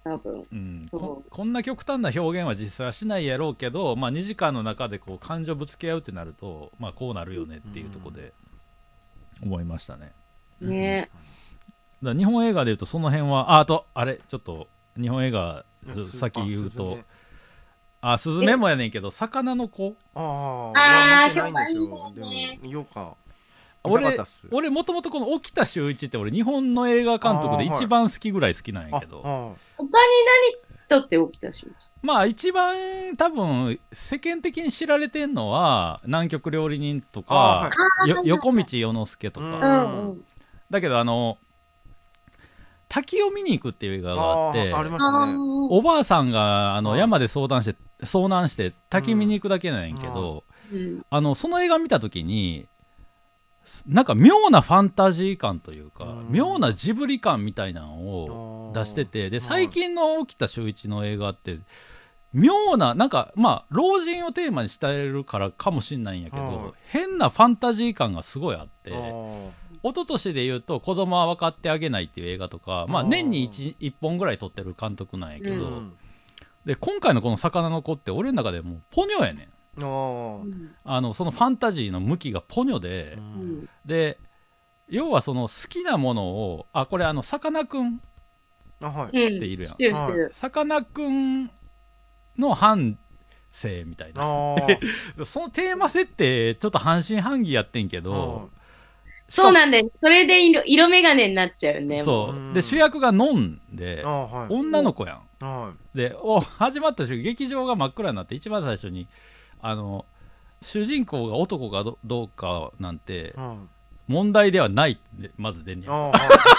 多分、 うん、こ, こんな極端な表現は実際はしないやろうけど、まあ、にじかんの中でこう感情ぶつけ合うってなると、まあ、こうなるよねっていうところで思いましたね。 ね、 うん、だ日本映画でいうとその辺は あ, あとあれちょっと日本映画先言うとあスズメもやねんけど魚の子あああないんですよ。でも見ようか。 俺俺もともとこの沖田修一って俺日本の映画監督で一番好きぐらい好きなんやけど、 はい、他に何とって沖田修一まあ一番多分世間的に知られてんのは南極料理人とか、はい、よ横道世之助とか、うんうん、だけどあの滝を見に行くっていう映画があってあ, ありましたね。 おばあさんがあの山で相談して遭難して滝見に行くだけなんやけど、うん、あのその映画見た時になんか妙なファンタジー感というか、うん、妙なジブリ感みたいなのを出してて、で最近の沖田修一の映画って妙ななんかまあ老人をテーマにしてるからかもしれないんやけど、うん、変なファンタジー感がすごいあって、一昨年で言うと子供は分かってあげないっていう映画とか、まあ、年に 1, 1本ぐらい撮ってる監督なんやけど、うん、で今回のこの魚の子って俺の中でもうポニョやねん。あのそのファンタジーの向きがポニョで、うん、で要はその好きなものをあこれあのさかなクンっているやん、さかなクンの半生みたいなそのテーマ設定ちょっと半信半疑やってんけど、 そうなんだよ。それで色色眼鏡になっちゃうよね。 そうで主役がノンで、はい、女の子やん、はい、でお始まった瞬間劇場が真っ暗になって一番最初にあの主人公が男か ど, どうかなんて問題ではないってまず出んねん。その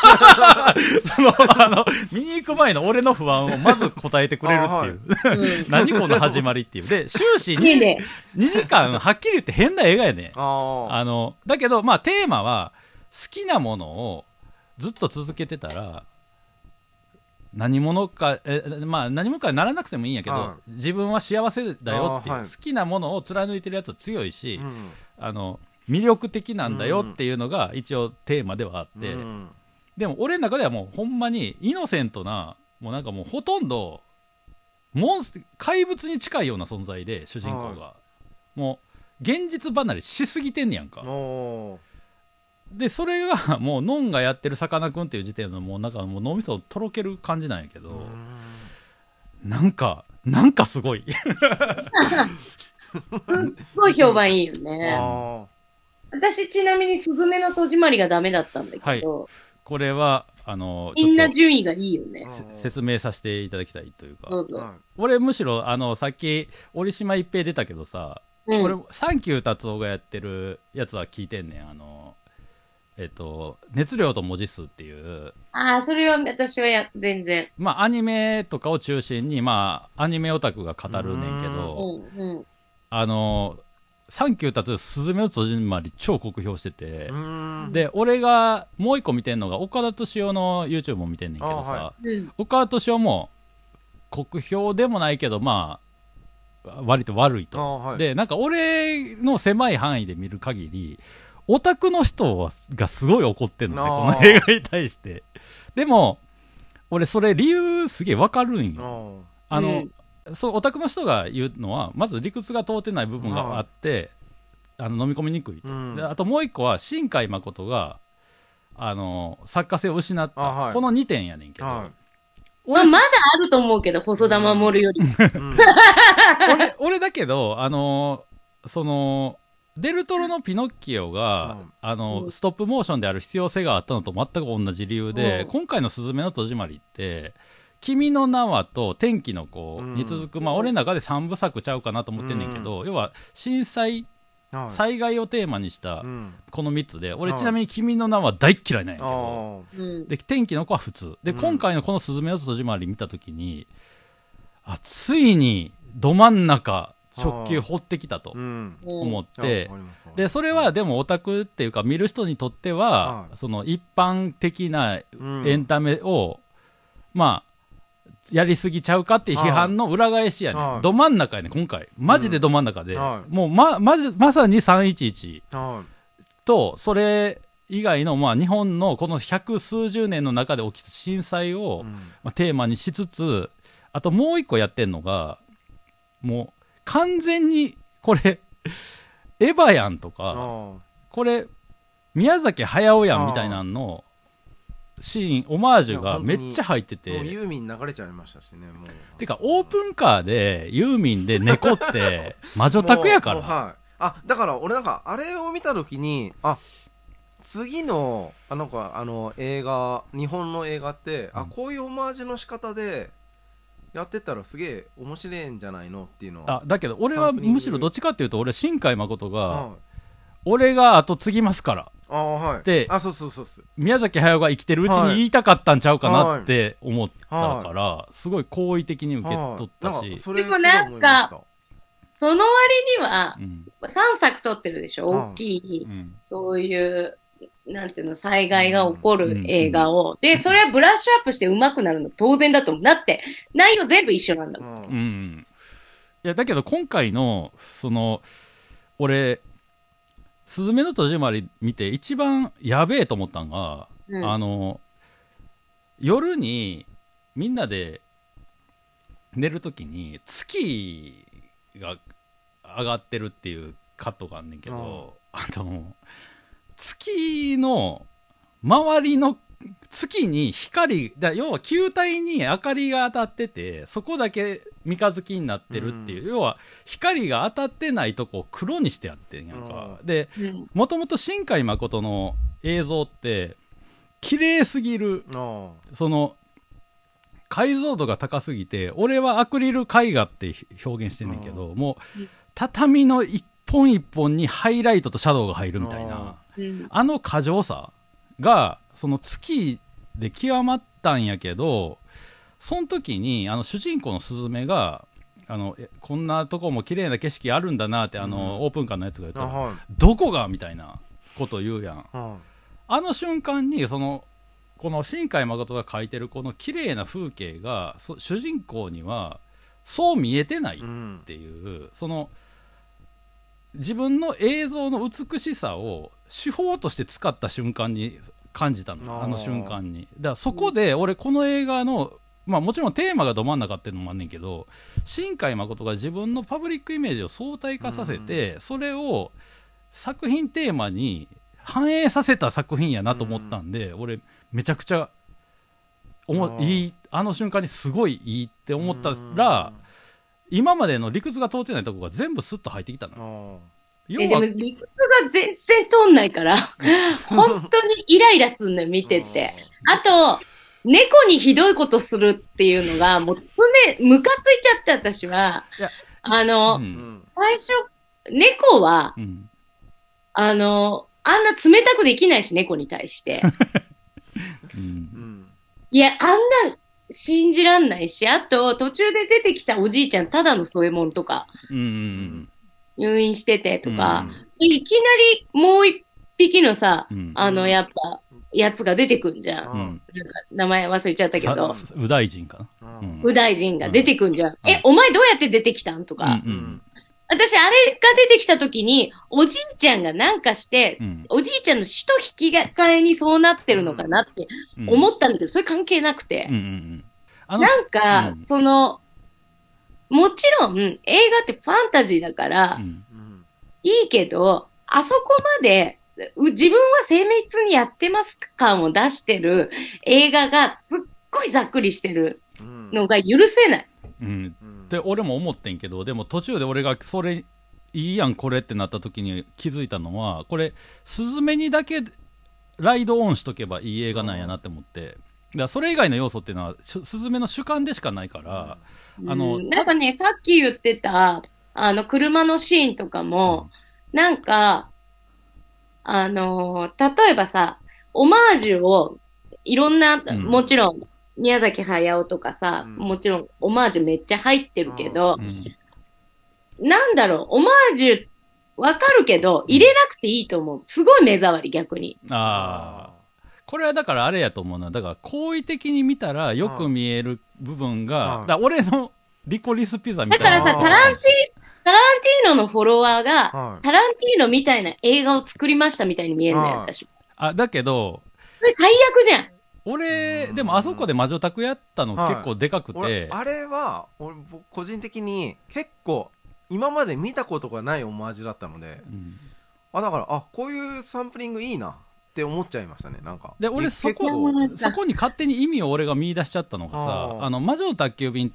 あの見に行く前の俺の不安をまず答えてくれるっていう何この始まりっていうで終始 に, ね、にじかんはっきり言って変な映画やねああのだけどまあテーマは好きなものをずっと続けてたら何者かえ、まあ、何者かにならなくてもいいんやけど、はい、自分は幸せだよっていう、はい、好きなものを貫いてるやつは強いし、うん、あの魅力的なんだよっていうのが一応テーマではあって、うん、でも俺の中ではもうほんまにイノセントなもうなんかもうほとんどモンス怪物に近いような存在で主人公が、はい、もう現実離れしすぎてんねやんか。でそれがもうノンがやってるさかなクンっていう時点のもうなんかもう脳みそとろける感じなんやけど、なんかなんかすごいすっごい評判いいよね。私ちなみにすずめの戸締まりがダメだったんだけど、はい、 これはあのみんな順位がいいよね。 説明させていただきたいというか、 どうぞ。 俺むしろあのさっき折島一平出たけどさ、うん、俺サンキュー達夫がやってるやつは聞いてんねん。あのえっと、熱量と文字数っていう。 ああ、それは私はや全然。 まあ、アニメとかを中心に、まあ、アニメオタクが語るねんけど、うんうん、あの、サンキュー達夫、すずめの戸締まり超酷評してて、で、俺がもう一個見てんのが、岡田敏夫の YouTube も見てんねんけどさ、はい、岡田敏夫も酷評でもないけど、まあ、割と悪いと。はい、で、なんか俺の狭い範囲で見る限り、オタクの人がすごい怒ってんのね、この映画に対して。でも、俺それ理由すげえわかるんよ。あの、うん、そう、オタクの人が言うのは、まず理屈が通ってない部分があって、あの飲み込みにくいと。うん、であともう一個は、新海誠が、あの、作家性を失った。はい、このにてんやねんけど。はい、 俺まあ、まだあると思うけど、細田守より。 うん、俺、俺だけど、あの、その、デルトロのピノッキオが、うん、あの、うん、ストップモーションである必要性があったのと全く同じ理由で、うん、今回のすずめの戸締まりって君の名はと天気の子に続く、うん、まあ俺の中でさんぶさくちゃうかなと思ってんねんけど、うん、要は震災、はい、災害をテーマにしたこのみっつで、俺ちなみに君の名は大嫌いなんやけど、で天気の子は普通で、うん、今回のこのすずめの戸締まり見たときに、あ、ついにど真ん中直球掘ってきたと思って、うん、でそれはでもオタクっていうか見る人にとっては、うん、その一般的なエンタメを、うん、まあやりすぎちゃうかっていう批判の裏返しやね、うん、ど真ん中やね今回マジでど真ん中で、うん、もう ま, ま, じまさにさんいちいちとそれ以外の、まあ、日本のこの百数十年の中で起きた震災を、うんまあ、テーマにしつつ、あともう一個やってんのが、もう完全にこれエヴァやんとか、これ宮崎駿やんみたいなのシーンオマージュがめっちゃ入ってて、 もうユーミン流れちゃいましたしね。もうてかオープンカーでユーミンで猫って魔女宅やから。 はい、あだから俺なんかあれを見た時に、あ次のあなんかあの映画、日本の映画って、うん、あこういうオマージュの仕方でやってたらすげえ面白いんじゃないのっていうのは。 あだけど俺はむしろどっちかっていうと、俺新海誠が、はい、俺が後継ぎますからあ、はい、 であそうそうそうそう宮崎駿が生きてるうちに言いたかったんちゃうかなって思ったから、はい、すごい好意的に受け取ったし、はい、 なんでもなんかその割には、うん、さんさく撮ってるでしょ、大きい、うん、そういうなんていうの災害が起こる映画を、うんうん、でそれはブラッシュアップして上手くなるの当然だと思う。だって内容全部一緒なんだもん、うんうん、 いやだけど今回のその俺すずめの戸締まり見て一番やべえと思ったのが、うん、あの夜にみんなで寝るときに月が上がってるっていうカットがあんねんけど、うん、あの月の周りの月に光だ、要は球体に明かりが当たっててそこだけ三日月になってるっていう、うん、要は光が当たってないとこを黒にしてやってんやんか、うん、でもともと新海誠の映像って綺麗すぎる、うん、その解像度が高すぎて俺はアクリル絵画って表現してんねんけど、うん、もう畳の一本一本にハイライトとシャドウが入るみたいな、うん、あの過剰さがその月で極まったんやけど、その時にあの主人公のスズメがあのえこんなとこも綺麗な景色あるんだなって、あの、うん、オープンカーのやつが言ったら、はい、どこがみたいなこと言うやん、うん、あの瞬間にそのこの新海誠が描いてるこの綺麗な風景が主人公にはそう見えてないっていう、うん、その自分の映像の美しさを手法として使った瞬間に感じたの、あの瞬間に。だからそこで俺この映画の、まあ、もちろんテーマがど真ん中っていうのもあんねんけど、新海誠が自分のパブリックイメージを相対化させて、それを作品テーマに反映させた作品やなと思ったんで、俺めちゃくちゃおもいい、あの瞬間にすごいいいって思ったら、今までの理屈が通ってないとこが全部スッと入ってきたの。 えでも理屈が全然通んないから本当にイライラすんのよ見てて。あと猫にひどいことするっていうのがもう常ムカついちゃって私はあの、うん、最初猫は、うん、あのあんな冷たくできないし猫に対して、うん、いやあんな信じらんないし、あと途中で出てきたおじいちゃんただの添えもんとか、うん、入院しててとか、うん、いきなりもう一匹のさ、うん、あのやっぱやつが出てくんじゃん、うん、なんか名前忘れちゃったけど右大臣かな、 うん、右大臣が出てくんじゃん、うん、えお前どうやって出てきたんとか、うんうん、私あれが出てきた時におじいちゃんがなんかして、うん、おじいちゃんの死と引き換えにそうなってるのかなって思ったんだけど、それ関係なくて、うんうんうん、あのなんか、うん、そのもちろん映画ってファンタジーだから、うん、いいけどあそこまで自分は精密にやってます感を出してる映画がすっごいざっくりしてるのが許せない、 うんうん、って俺も思ってんけど、でも途中で俺がそれいいやんこれってなった時に気づいたのは、これスズメにだけライドオンしとけばいい映画なんやなって思って、だからそれ以外の要素っていうのはスズメの主観でしかないから、 うん、あのなんかねさっき言ってたあの車のシーンとかも、うん、なんかあのー、例えばさ、オマージュをいろんな、うん、もちろん宮崎駿とかさ、うん、もちろんオマージュめっちゃ入ってるけど、うん、なんだろう、オマージュわかるけど入れなくていいと思う。すごい目障り逆に。 ああ。これはだからあれやと思うな。だから好意的に見たらよく見える部分が、だから俺のリコリスピザみたいな。 だからさ、タランティタランティーノのフォロワーが、はい、タランティーノみたいな映画を作りましたみたいに見えるんだよ、私。 あ、だけど、 それ最悪じゃん。 俺、でもあそこで魔女宅やったの結構でかくて。はい、 あれは、俺、個人的に結構、今まで見たことがないオマージュだったので、うん、あ、だから、あ、こういうサンプリングいいなって思っちゃいましたね、なんか。 で、俺そこ、そこに勝手に意味を俺が見出しちゃったのがさ、あの、魔女宅急便って、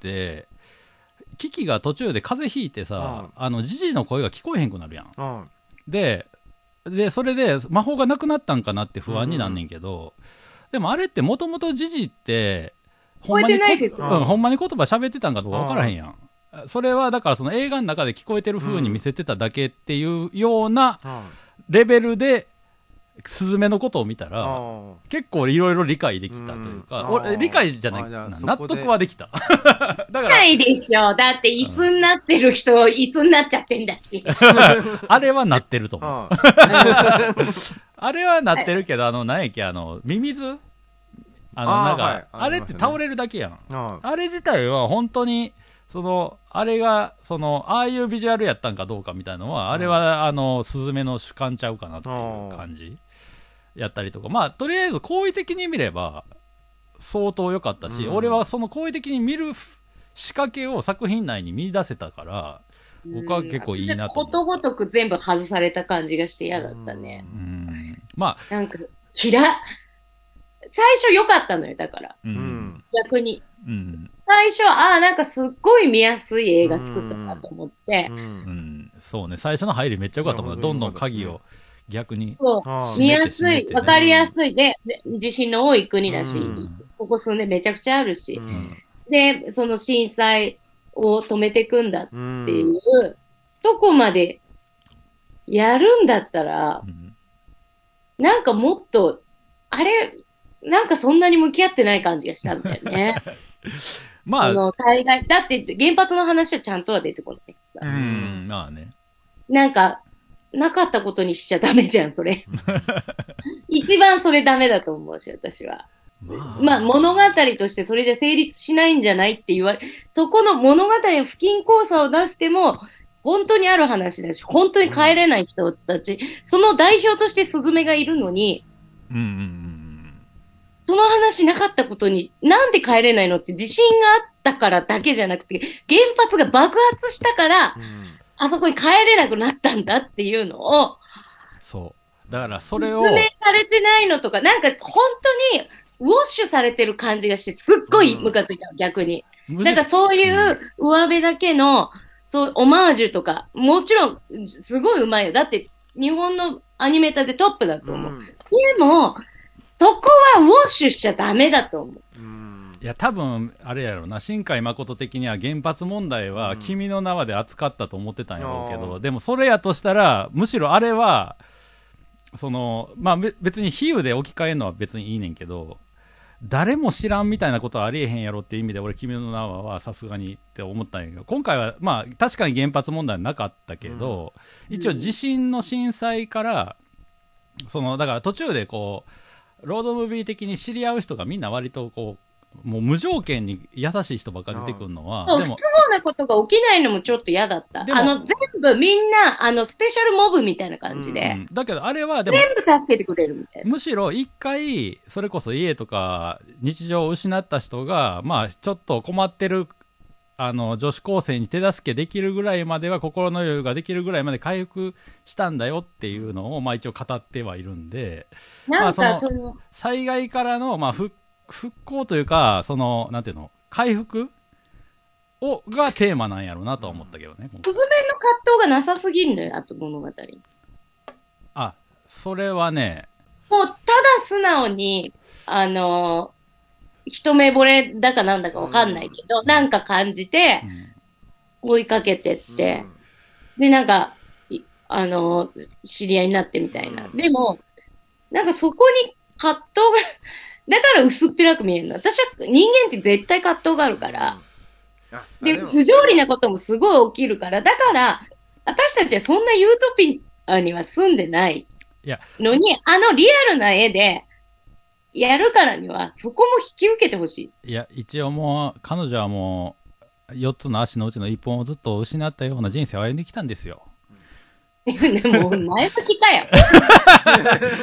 キキが途中で風邪ひいてさ、あの、ジジの声が聞こえへんくなるやん。で、で、それで魔法がなくなったんかなって不安になんねんけど、うんうん、でもあれってもともとジジって、ほんまに、うん、ほんまに言葉喋ってたんかどうか分からへんやん。それはだからその映画の中で聞こえてる風に見せてただけっていうようなレベルで、スズメのことを見たら結構いろいろ理解できたというか、俺理解じゃない、納得はできた。 だからないでしょ。だって椅子になってる人、うん、椅子になっちゃってんだし。 あれはなってると思う。あれはなってるけど、あの何やっけ、あのミミズ、あのなんか あ,、はい、あれって倒れるだけやん。あ, あれ自体は本当にそのあれがそのああいうビジュアルやったんかどうかみたいなのは、あれはあのスズメの主観ちゃうかなっていう感じやったりとか、まあとりあえず好意的に見れば相当良かったし、うん、俺はその好意的に見る仕掛けを作品内に見出せたから、僕は結構いいなと思う。 ことごとく全部外された感じがして嫌だったね。 うん、まあなんか嫌最初良かったのよ、だから、うん、逆に、うん、最初ああなんかすっごい見やすい映画作ったなと思って、うんうん、 そうね、最初の入りめっちゃ良かったもんね。どんどん鍵を逆にそう見やすい、わかりやすいで、地震の多い国だし、うん、ここ数年めちゃくちゃあるし、うん、でその震災を止めていくんだっていう、うん、とこまでやるんだったら、うん、なんかもっとあれなんかそんなに向き合ってない感じがしたんだよね。まあ、あの大概だって原発の話はちゃんとは出てこないさ。 うん、まあね。 なんかなかったことにしちゃダメじゃんそれ。一番それダメだと思うし私は。まあ、まあ、物語としてそれじゃ成立しないんじゃないって言われ、そこの物語の不均衡さを出しても本当にある話だし、本当に帰れない人たち、うん、その代表としてスズメがいるのに。うんうんうんその話なかったことに、なんで帰れないのって地震があったからだけじゃなくて、原発が爆発したから、うん、あそこに帰れなくなったんだっていうのを、 そう。だからそれを。 説明されてないのとか、なんか本当にウォッシュされてる感じがして、すっごいムカついたの、うん、逆に。だからそういう上辺だけの、そう、オマージュとか、もちろん、すごい上手いよ。だって、日本のアニメーターでトップだと思う。うん、でも、そこはウォッシュしちゃダメだと思う。 うん、いや多分あれやろうな、新海誠的には原発問題は君の名はで扱ったと思ってたんやろうけど、うん、でもそれやとしたらむしろあれはそのまあ別に比喩で置き換えるのは別にいいねんけど、誰も知らんみたいなことはありえへんやろっていう意味で俺君の名ははさすがにって思ったんやけど、今回はまあ確かに原発問題はなかったけど、うん、一応地震の震災からそのだから途中でこうロードムービー的に知り合う人がみんな割とこうもう無条件に優しい人ばっかり出てくるのは、 そう不都合なことが起きないのもちょっと嫌だった。あの全部みんなあのスペシャルモブみたいな感じで、うん、 だけどあれはでも全部助けてくれるみたいな。 むしろ一回それこそ家とか日常を失った人がまあちょっと困ってるあの女子高生に手助けできるぐらいまでは、心の余裕ができるぐらいまで回復したんだよっていうのを、まあ、一応語ってはいるんで、 なんか、まあ、その災害からの、まあ、復興というかそのなんていうの回復をがテーマなんやろうなとは思ったけどね。 スズメの葛藤がなさすぎるのよ、あと物語。 あ、それはね、 もうただ素直にあの一目惚れだかなんだかわかんないけど、うん、なんか感じて、うん、追いかけてって、うん、で、なんか、あの、知り合いになってみたいな。でも、なんかそこに葛藤が、だから薄っぺらく見えるの。私は人間って絶対葛藤があるから、で、不条理なこともすごい起きるから、だから、私たちはそんなユートピアには住んでないのに、あのリアルな絵で、やるからにはそこも引き受けてほしい。いや一応もう彼女はもうよっつの足のうちのいっぽんをずっと失ったような人生を歩んできたんですよ。 でも前向きかよ。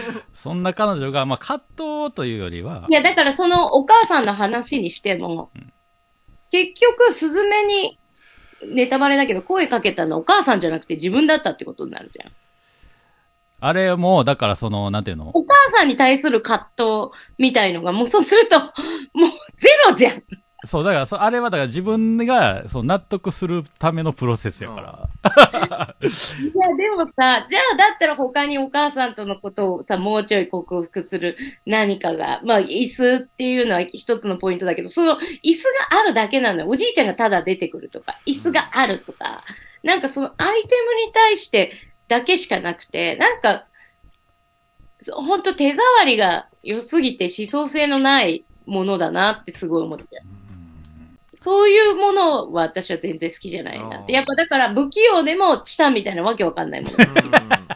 そんな彼女が、まあ、葛藤というよりは。 いや、だからそのお母さんの話にしても、うん、結局、スズメに、ネタバレだけど、声かけたのお母さんじゃなくて自分だったってことになるじゃん。 あれも、だからその、なんていうの？ お母さんに対する葛藤みたいのが、もうそうすると、もうゼロじゃん。 そう、だからそ、あれはだから自分がそう納得するためのプロセスやから。 いや、でもさ、じゃあだったら他にお母さんとのことをさ、もうちょい克服する何かが、まあ、椅子っていうのは一つのポイントだけど、その椅子があるだけなのよ。おじいちゃんがただ出てくるとか、椅子があるとか、なんかそのアイテムに対してだけしかなくて、なんか、ほんと手触りが良すぎて思想性のないものだなってすごい思っちゃう。そういうものは私は全然好きじゃないなって。やっぱだから不器用でもチタンみたいなわけわかんないものが好き。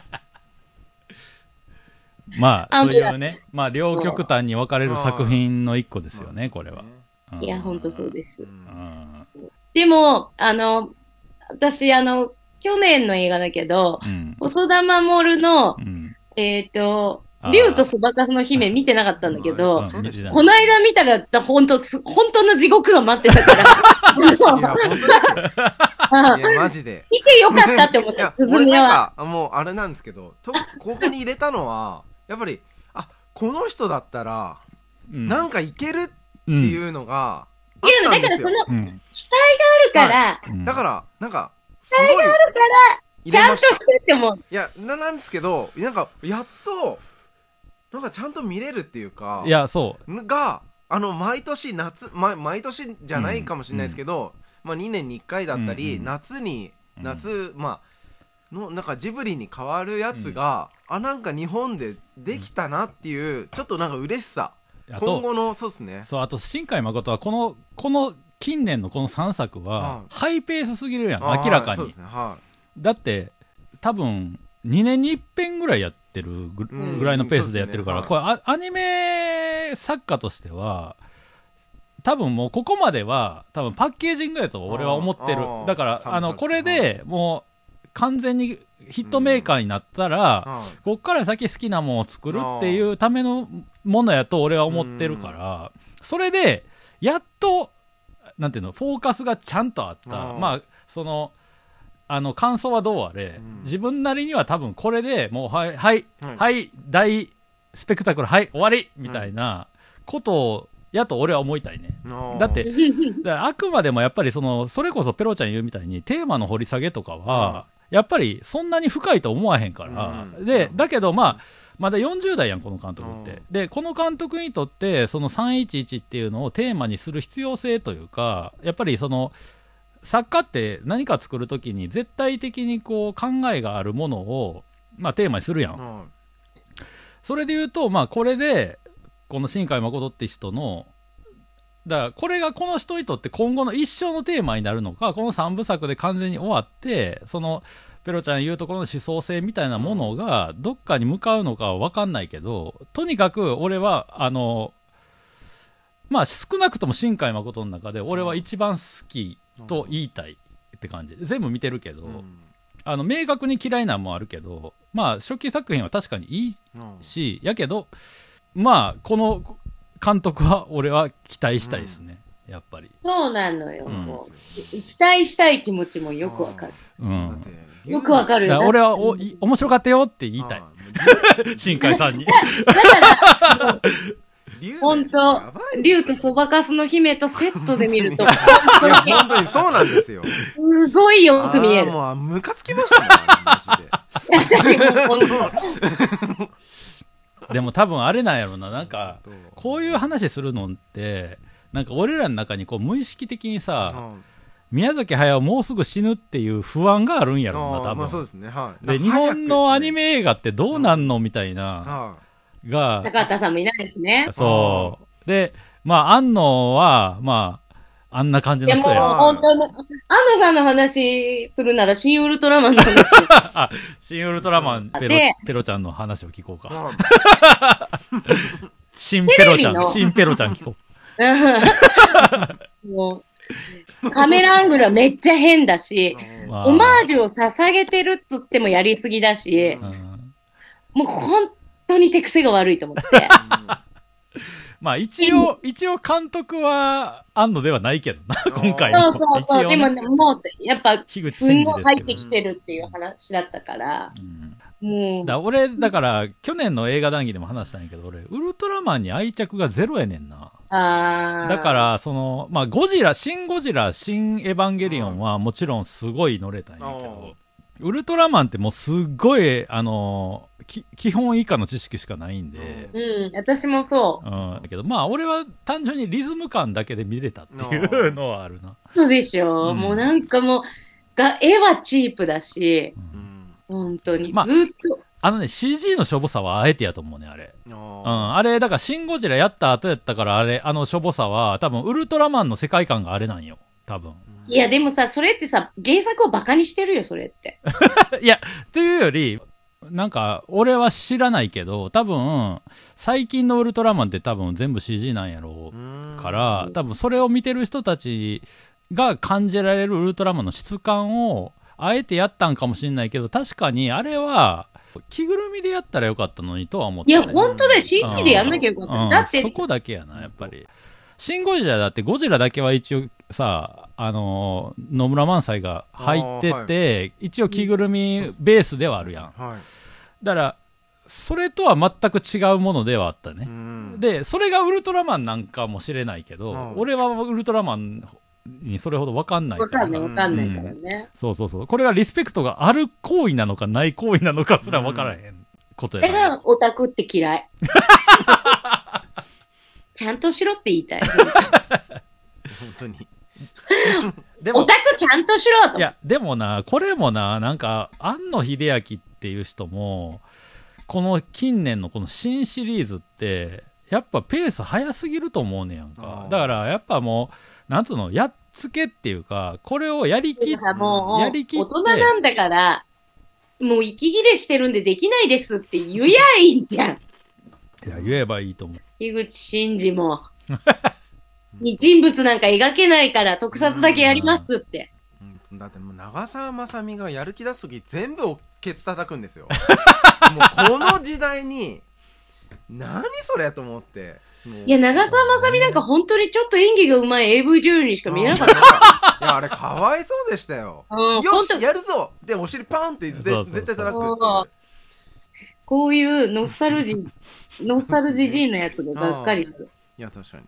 まあ、というね、まあ両極端に分かれる作品の一個ですよね、これは。 いや、ほんとそうです。でも、あの、私、あの、去年の映画だけど、うん、細田守の、うん、えっと、竜とそばかすの姫見てなかったんだけど、この間見たら、本当本当の地獄が待ってたから。いや、本当ですよ。いや、マジで。 見てよかったって思った、 すずめは。俺なんか、もうあれなんですけど、と、ここに入れたのは、やっぱり、あ、この人だったら、うん、なんかいけるっていうのが、 うん、いや、だからその、期待があるから、 はい、だから、なんか、 期待があるから、ちゃんとしてって思う。 いや、な、なんですけど、なんか、やっと、なんかちゃんと見れるっていうか、 いや、そう。 が、あの、毎年夏、ま、毎年じゃないかもしれないですけど、うん、まあにねんにいっかいだったり、うんうん、夏に、夏、まあ、の、なんかジブリに変わるやつが、うん、あ、なんか日本でできたなっていう、ちょっとなんか嬉しさ。今後の、そうですね。 そう、あと、新海誠は、この、この、近年のこのさんさくは、はい、ハイペースすぎるやん、明らかに。そうですね、はい。だって、多分、にねんにいっぺんぐらいやってるぐらいのペースでやってるから、うんね、これ、はい、アニメ作家としては、多分もうここまでは、多分パッケージングやと俺は思ってる。だから、あの、これでもう完全にヒットメーカーになったら、うん、こっから先好きなものを作るっていうためのものやと俺は思ってるから、それで、やっと、なんていうの、フォーカスがちゃんとあった。まあ、その、あの、感想はどうあれ、うん、自分なりには多分これでもう、はい、はい、はい、はい、大スペクタクル、はい、終わりみたいなことを、やと俺は思いたいね。だって、だあくまでもやっぱりその、それこそペロちゃん言うみたいに、テーマの掘り下げとかは、うん、やっぱりそんなに深いと思わへんから、うん、で、だけどまあ、まだよんじゅう代やん、この監督って。うん、で、この監督にとって、そのさんいちいちっていうのをテーマにする必要性というか、やっぱりその、作家って何か作るときに絶対的にこう考えがあるものを、まあ、テーマにするやん、うん、それで言うと、まあ、これでこの新海誠って人のだからこれがこの人にとって今後の一生のテーマになるのか、このさんぶさくで完全に終わってそのペロちゃん言うところの思想性みたいなものがどっかに向かうのかは分かんないけど、とにかく俺はあのまあ少なくとも新海誠の中で俺は一番好きと言いたいって感じ。全部見てるけど、うん、あの明確に嫌いなのもあるけど、まあ初期作品は確かにいいし、うん、やけどまあこの監督は俺は期待したいですね、うん、やっぱり。 そうなのよ、うん、もう期待したい気持ちもよくわかる、うん、よくわかるよ。 俺はおい面白かったよって言いたい新海さんに。だから本当、竜とそばかすの姫とセットで見ると、 本当に、本当にそうなんですよ。 すごいよく見える。 もう、ムカつきましたね、マジで。私も本当。でも多分あれなんやろな、なんか、こういう話するのって、なんか俺らの中にこう無意識的にさ、うん、宮崎駿もうすぐ死ぬっていう不安があるんやろな、多分。 まあそうですね、はい。 で、日本のアニメ映画ってどうなんのみたいな。 はいが高畑さんもいないしね。 そう。で、まあ、安野は、まあ、あんな感じの人や。いやもう本当の、安野さんの話するなら、新ウルトラマンの話。 あ、新ウルトラマン、ペロ、ペロちゃんの話を聞こうか。新ペロちゃん、新ペロちゃん聞こう。もう、カメラアングルはめっちゃ変だし、オマージュを捧げてるっつってもやりすぎだし、うん、もう本当に手癖が悪いと思って。 まあ一応、一応監督は、安野ではないけどな、今回の。 そうそうそう。ね、でも、ね、もう、やっぱ、すんごい入ってきてるっていう話だったから。うん。もう。 だ俺、だから、去年の映画談義でも話したんやけど、俺、ウルトラマンに愛着がゼロやねんな。 あだから、その、まあ、ゴジラ、シンゴジラ、シンエヴァンゲリオンはもちろんすごい乗れたんやけど、ウルトラマンってもうすっごい、あのー、基本以下の知識しかないんで。 うん、私もそう。 うん。だけど、まあ、俺は単純にリズム感だけで見れたっていうのはあるな。 そうでしょ、うん、もうなんかもう、が、絵はチープだし、うん、本当に、まあ、ずっと。 あのね、シージー のしょぼさはあえてやと思うね、あれ。うん。あれ、だから、シン・ゴジラやった後やったから、あれ、あのしょぼさは、多分、ウルトラマンの世界観があれなんよ。多分。 いや、でもさ、それってさ、原作をバカにしてるよ、それって。 いや、っていうより、なんか、俺は知らないけど、多分、最近のウルトラマンって多分全部 シージー なんやろうから、多分それを見てる人たちが感じられるウルトラマンの質感を、あえてやったんかもしれないけど、確かにあれは、着ぐるみでやったらよかったのにとは思って、 ね。いや、本当だよ、シージー でやんなきゃよかった。うん、だって。 そこだけやな、やっぱり。シン・ゴジラだってゴジラだけは一応さ、あのー、野村萬斎が入ってて、はい、一応着ぐるみベースではあるやん。はい、だから、それとは全く違うものではあったね。で、それがウルトラマンなんかもしれないけど、俺はウルトラマンにそれほど分かんないから。 分かんない分かんないからね、 うん。そうそうそう。これがリスペクトがある行為なのかない行為なのかすら分からへんことや、 ね。だからオタクって嫌い。ちゃんとしろって言いたい。 本当に。 でもオタクちゃんとしろと。 いや、でもな、これもな、なんか、庵野秀明っていう人も、この近年のこの新シリーズって、やっぱペース早すぎると思うねやんか。だから、やっぱもう、なんつうの、やっつけっていうか、これをやりきって、 やりきって。大人なんだから、もう息切れしてるんでできないですって言えばいいじゃん。 いや、言えばいいと思う。 井口真嗣も。に人物なんか描けないから特撮だけやりますって。 うん、だってもう長澤まさみがやる気出すとき全部をケツ叩くんですよ。もうこの時代に、何それと思って。 いや、長澤まさみなんか本当にちょっと演技が上手い エーブイ 女優にしか見えなかった。いや、あれかわいそうでしたよ。よし、やるぞで、お尻パンって絶対叩くって。 こういうノスタルジー、ノスタルジジーのやつでがっかりする。 いや、確かに。